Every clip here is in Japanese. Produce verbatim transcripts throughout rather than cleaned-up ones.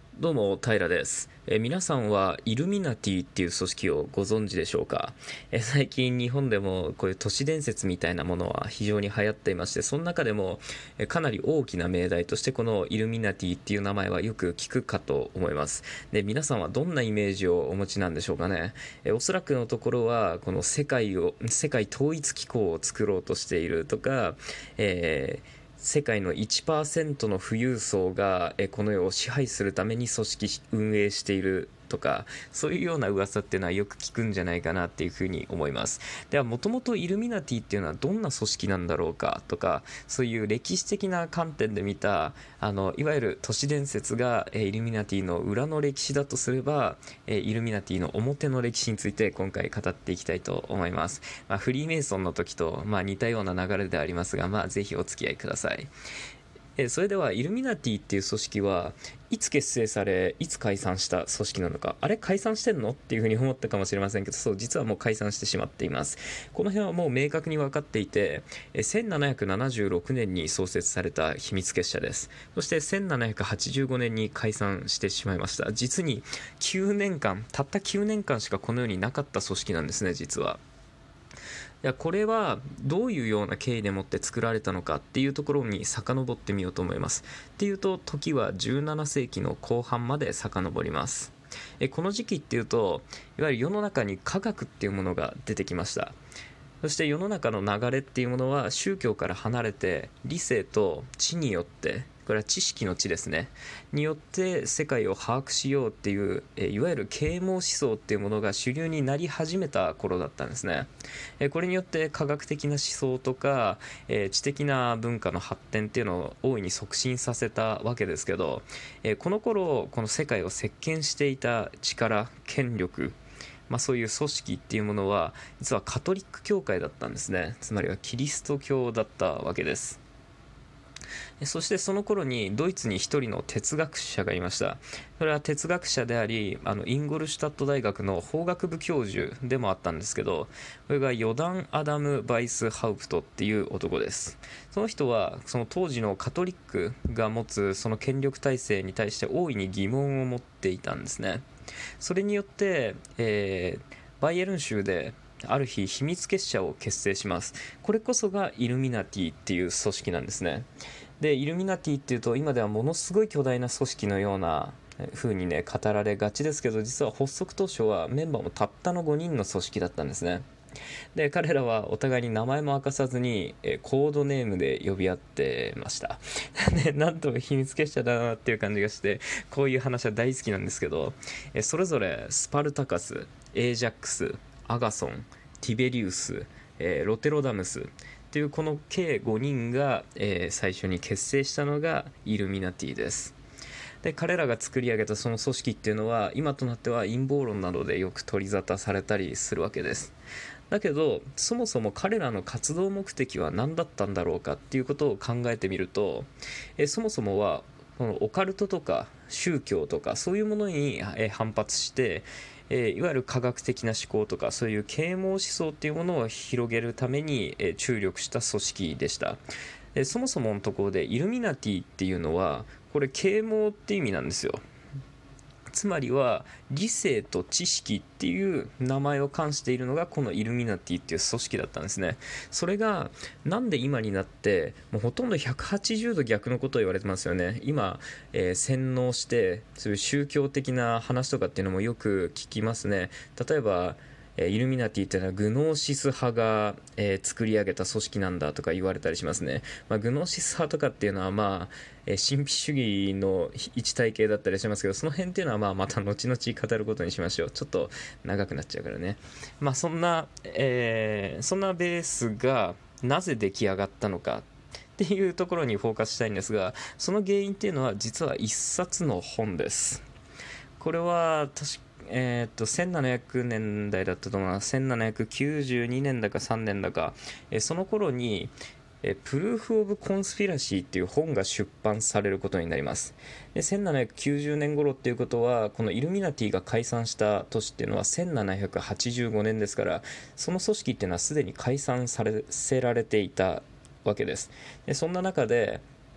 どうも、平です。えー皆さんはイルミナティっていう組織をご存知でしょうか？えー最近日本でもこういう都市伝説みたいなものは非常に流行っていまして、その中でもえーかなり大きな命題としてこのイルミナティっていう名前はよく聞くかと思います。で、皆さんはどんなイメージをお持ちなんでしょうかね？えーおそらくのところはこの世界を、世界統一機構を作ろうとしているとか、えー世界のいちパーセントの富裕層がこの世を支配するために組織運営しているとか、そういうような噂っていうのはよく聞くんじゃないかなっていうふうに思います。では、もともとイルミナティっていうのはどんな組織なんだろうかとか、そういう歴史的な観点で見たあのいわゆる都市伝説がえイルミナティの裏の歴史だとすれば、えイルミナティの表の歴史について今回語っていきたいと思います。まあ、フリーメイソンの時と、まあ、似たような流れでありますが、まあ、ぜひお付き合いください。えそれではイルミナティっていう組織はいつ結成され、いつ解散した組織なのか、あれ解散してんのっていうふうに思ったかもしれませんけど、そう、実はもう解散してしまっています。この辺はもう明確に分かっていて、せんななひゃくななじゅうろくねんに創設された秘密結社です。そしてせんななひゃくはちじゅうごねんに解散してしまいました。実にきゅうねんかん、たったきゅうねんかんしかこの世になかった組織なんですね、実は。いや、これはどういうような経緯でもって作られたのかっていうところに遡ってみようと思います。っていうと、時はじゅうななせいきの後半まで遡ります。えこの時期っていうと、いわゆる世の中に科学っていうものが出てきました。そして世の中の流れっていうものは宗教から離れて理性と知によって、これは知識の知ですね、によって世界を把握しようっていう、いわゆる啓蒙思想っていうものが主流になり始めた頃だったんですね。これによって科学的な思想とか知的な文化の発展っていうのを大いに促進させたわけですけど、この頃この世界を席巻していた力、権力、まあ、そういう組織っていうものは実はカトリック教会だったんですね。つまりはキリスト教だったわけです。そしてその頃にドイツに一人の哲学者がいました。それは哲学者であり、あのインゴルシュタット大学の法学部教授でもあったんですけど、これがヨダン・アダム・バイス・ハウプトっていう男です。その人はその当時のカトリックが持つその権力体制に対して大いに疑問を持っていたんですね。それによって、えーバイエルン州である日秘密結社を結成します。これこそがイルミナティっていう組織なんですね。でイルミナティっていうと今ではものすごい巨大な組織のような風にね語られがちですけど、実は発足当初はメンバーもたったのごにんの組織だったんですね。で彼らはお互いに名前も明かさずにえコードネームで呼び合ってました。でなんと秘密結社だなっていう感じがして、こういう話は大好きなんですけど、えそれぞれスパルタカス、エージャックス、アガソン、ティベリウス、えーロテロダムスっていうこの計ごにんが、えー最初に結成したのがイルミナティです。で彼らが作り上げたその組織っていうのは今となっては陰謀論などでよく取り沙汰されたりするわけです。だけどそもそも彼らの活動目的は何だったんだろうかっていうことを考えてみると、えそもそもはこのオカルトとか宗教とかそういうものにえ反発して、えいわゆる科学的な思考とかそういう啓蒙思想っていうものを広げるためにえ注力した組織でした。でそもそものところでイルミナティっていうのはこれ啓蒙って意味なんですよ。つまりは理性と知識っていう名前を冠しているのがこのイルミナティっていう組織だったんですね。それがなんで今になってもうほとんどひゃくはちじゅうど逆のことを言われてますよね。今、えー洗脳してそういう宗教的な話とかっていうのもよく聞きますね。例えばイルミナティっていうのはグノーシス派が、えー作り上げた組織なんだとか言われたりしますね。まあ、グノーシス派とかっていうのは、まあえー神秘主義の一体系だったりしますけど、その辺っていうのはまあまた後々語ることにしましょう。ちょっと長くなっちゃうからね。まあそんな、えーそんなベースがなぜ出来上がったのかっていうところにフォーカスしたいんですが、その原因っていうのは実は一冊の本です。これは確かえー、っとせんななひゃくねんだいだったと思います。せんななひゃくきゅうじゅうにねんだかさんねんだか、えーその頃にえプルーフ・オブ・コンスピラシーっていう本が出版されることになります。でせんななひゃくきゅうじゅうねん頃っていうことはこのイルミナティが解散した年っていうのはせんななひゃくはちじゅうごねんですから、その組織っていうのはすでに解散させられていたわけです。でそんな中で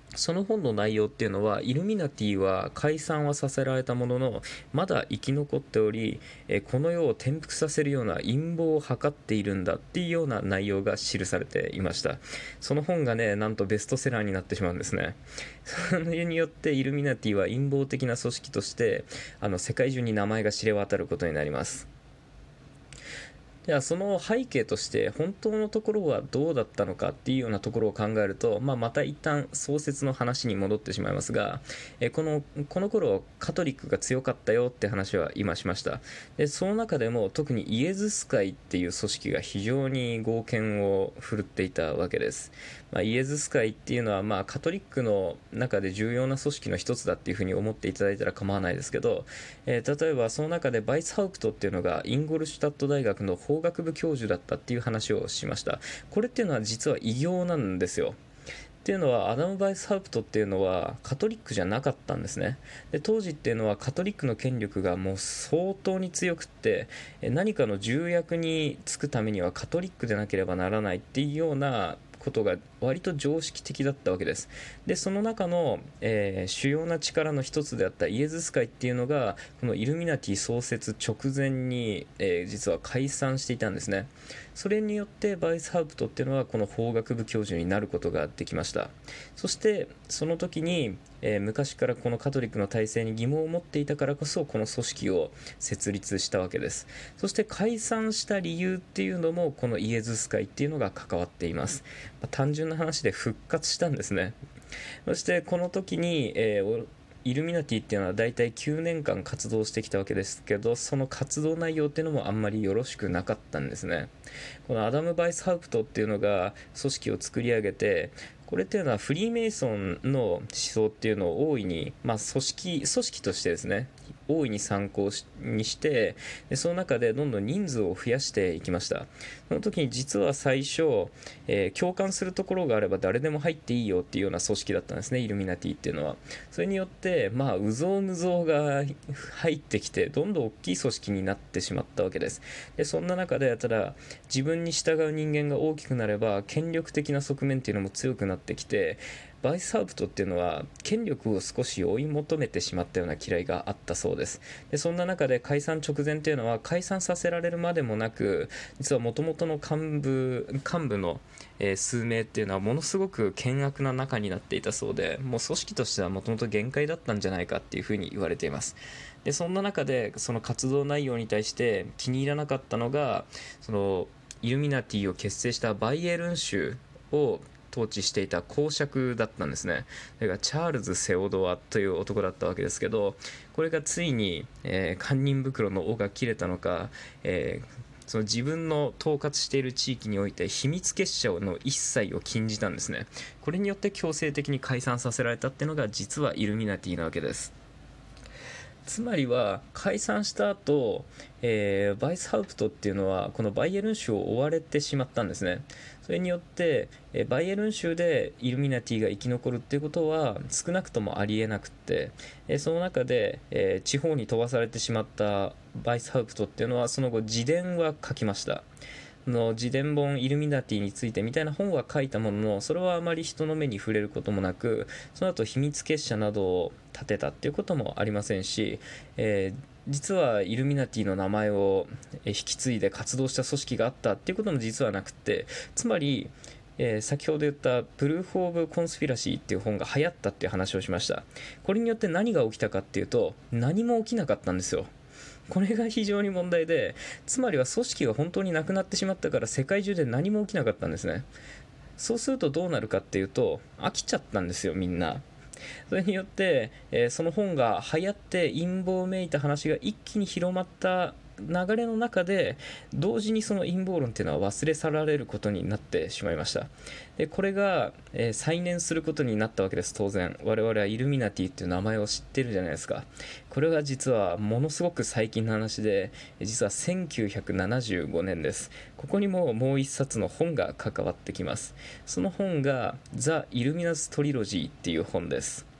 その本の内容っていうのは、イルミナティは解散はさせられたもののまだ生き残っており、えこの世を転覆させるような陰謀を図っているんだっていうような内容が記されていました。その本がね、なんとベストセラーになってしまうんですね。それによってイルミナティは陰謀的な組織としてあの世界中に名前が知れ渡ることになります。ではその背景として本当のところはどうだったのかっていうようなところを考えると、まあ、また一旦創設の話に戻ってしまいますが、えこのこの頃カトリックが強かったよって話は今しました。でその中でも特にイエズス会っていう組織が非常に剛健を振るっていたわけです。まあ、イエズス会っていうのは、まあ、カトリックの中で重要な組織の一つだっていうふうに思っていただいたら構わないですけど、えー、例えばその中でバイスハウプトっていうのがインゴルシュタット大学の法学部教授だったっていう話をしました。これっていうのは実は異業なんですよ。っていうのはアダム・バイスハウプトっていうのはカトリックじゃなかったんですね。で当時っていうのはカトリックの権力がもう相当に強くって、何かの重役に就くためにはカトリックでなければならないっていうようなことが割と常識的だったわけです。でその中の、えー主要な力の一つであったイエズス会っていうのがこのイルミナティ創設直前に、えー実は解散していたんですね。それによってバイスハウプトっていうのはこの法学部教授になることができました。そしてその時に、えー昔からこのカトリックの体制に疑問を持っていたからこそこの組織を設立したわけです。そして解散した理由っていうのもこのイエズス会っていうのが関わっています。まあ単純な話で復活したんですね。そしてこの時に、えーイルミナティっていうのは大体きゅうねんかん活動してきたわけですけど、その活動内容っていうのもあんまりよろしくなかったんですね。このアダム・バイスハウプトっていうのが組織を作り上げて、これっていうのはフリーメイソンの思想っていうのを大いに、まあ、組織組織としてですね大いに参考にして、でその中でどんどん人数を増やしていきました。その時に実は最初、えー共感するところがあれば誰でも入っていいよっていうような組織だったんですね、イルミナティっていうのは。それによってまあ有象無象が入ってきてどんどん大きい組織になってしまったわけです。でそんな中でただ自分に従う人間が大きくなれば権力的な側面っていうのも強くなってきて、バイスハウプトっていうのは権力を少し追い求めてしまったような嫌いがあったそうです。でそんな中で解散直前っていうのは解散させられるまでもなく、実はもともとの幹部幹部の、えー数名っていうのはものすごく険悪な仲になっていたそうで、もう組織としてはもともと限界だったんじゃないかっていうふうに言われています。でそんな中でその活動内容に対して気に入らなかったのが、そのイルミナティを結成したバイエルン州を統治していた公爵だったんですね。それがチャールズ・セオドアという男だったわけですけど、これがついに、えー堪忍袋の尾が切れたのか、えーその自分の統括している地域において秘密結社の一切を禁じたんですね。これによって強制的に解散させられたっていうのが実はイルミナティなわけです。つまりは解散した後、えーバイスハウプトっていうのはこのバイエルン州を追われてしまったんですね。それによって、えーバイエルン州でイルミナティが生き残るっていうことは少なくともありえなくって、えーその中で、えー地方に飛ばされてしまったバイスハウプトっていうのはその後自伝は書きました。の自伝本イルミナティについてみたいな本は書いたものの、それはあまり人の目に触れることもなく、その後秘密結社などを立てたっていうこともありませんし、えー実はイルミナティの名前を引き継いで活動した組織があったっていうことも実はなくて、つまりえー先ほど言ったプルーフ・オブ・コンスピラシーっていう本が流行ったっていう話をしました。これによって何が起きたかっていうと、何も起きなかったんですよ。これが非常に問題で、つまりは組織が本当になくなってしまったから世界中で何も起きなかったんですね。そうするとどうなるかっていうと、飽きちゃったんですよ、みんな。それによって、えーその本が流行って陰謀めいた話が一気に広まった流れの中で、同時にその陰謀論っていうのは忘れ去られることになってしまいました。でこれが、えー再燃することになったわけです。当然我々はイルミナティっていう名前を知ってるじゃないですか。これは実はものすごく最近の話で、実はせんきゅうひゃくななじゅうごねんです。ここにももう一冊の本が関わってきます。その本がザ・イルミナス・トリロジーっていう本です。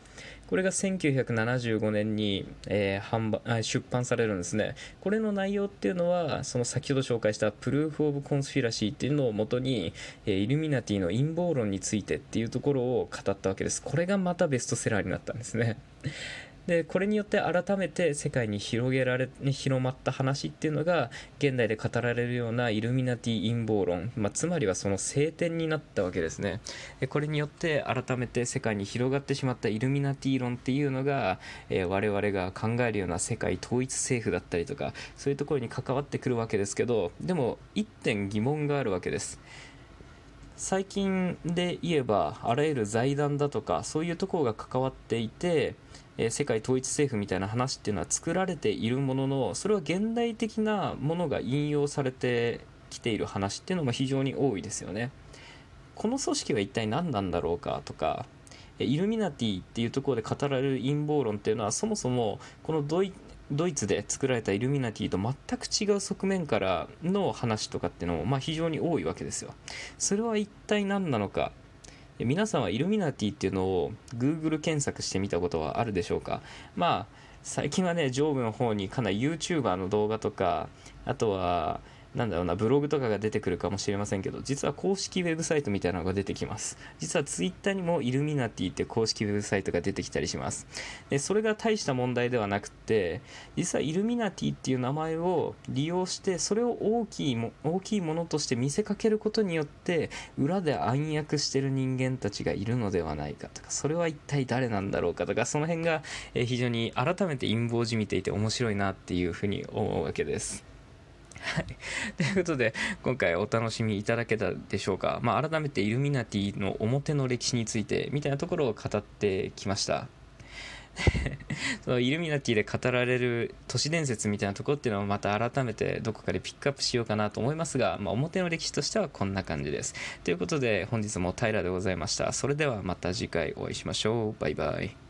これがせんきゅうひゃくななじゅうごねんに、えー販売出版されるんですね。これの内容っていうのはその先ほど紹介したプルーフ・オブ・コンスピラシーっていうのをもとに、えーイルミナティの陰謀論についてっていうところを語ったわけです。これがまたベストセラーになったんですね。でこれによって改めて世界に広げられ広まった話っていうのが現代で語られるようなイルミナティ陰謀論、まあ、つまりはその聖典になったわけですね。でこれによって改めて世界に広がってしまったイルミナティ論っていうのが、えー我々が考えるような世界統一政府だったりとかそういうところに関わってくるわけですけど、でも一点疑問があるわけです。最近で言えばあらゆる財団だとかそういうところが関わっていて、えー世界統一政府みたいな話っていうのは作られているものの、それは現代的なものが引用されてきている話っていうのも非常に多いですよね。この組織は一体何なんだろうかとか、イルミナティっていうところで語られる陰謀論っていうのはそもそもこのドイドイツで作られたイルミナティと全く違う側面からの話とかっていうのもまあ非常に多いわけですよ。それは一体何なのか。皆さんはイルミナティっていうのを Google 検索してみたことはあるでしょうか。まあ最近はね上部の方にかなり YouTuber の動画とか、あとはなんだろうなブログとかが出てくるかもしれませんけど、実は公式ウェブサイトみたいなのが出てきます。実は Twitter にもイルミナティって公式ウェブサイトが出てきたりします。でそれが大した問題ではなくて、実はイルミナティっていう名前を利用してそれを大きいも大きいものとして見せかけることによって裏で暗躍してる人間たちがいるのではないかとか、それは一体誰なんだろうかとか、その辺がえー非常に改めて陰謀じみていて面白いなっていうふうに思うわけです。はい、ということで今回お楽しみいただけたでしょうか。まあ、改めてイルミナティの表の歴史についてみたいなところを語ってきました。そのイルミナティで語られる都市伝説みたいなところっていうのはまた改めてどこかでピックアップしようかなと思いますが、まあ、表の歴史としてはこんな感じです。ということで本日も平でございました。それではまた次回お会いしましょう。バイバイ。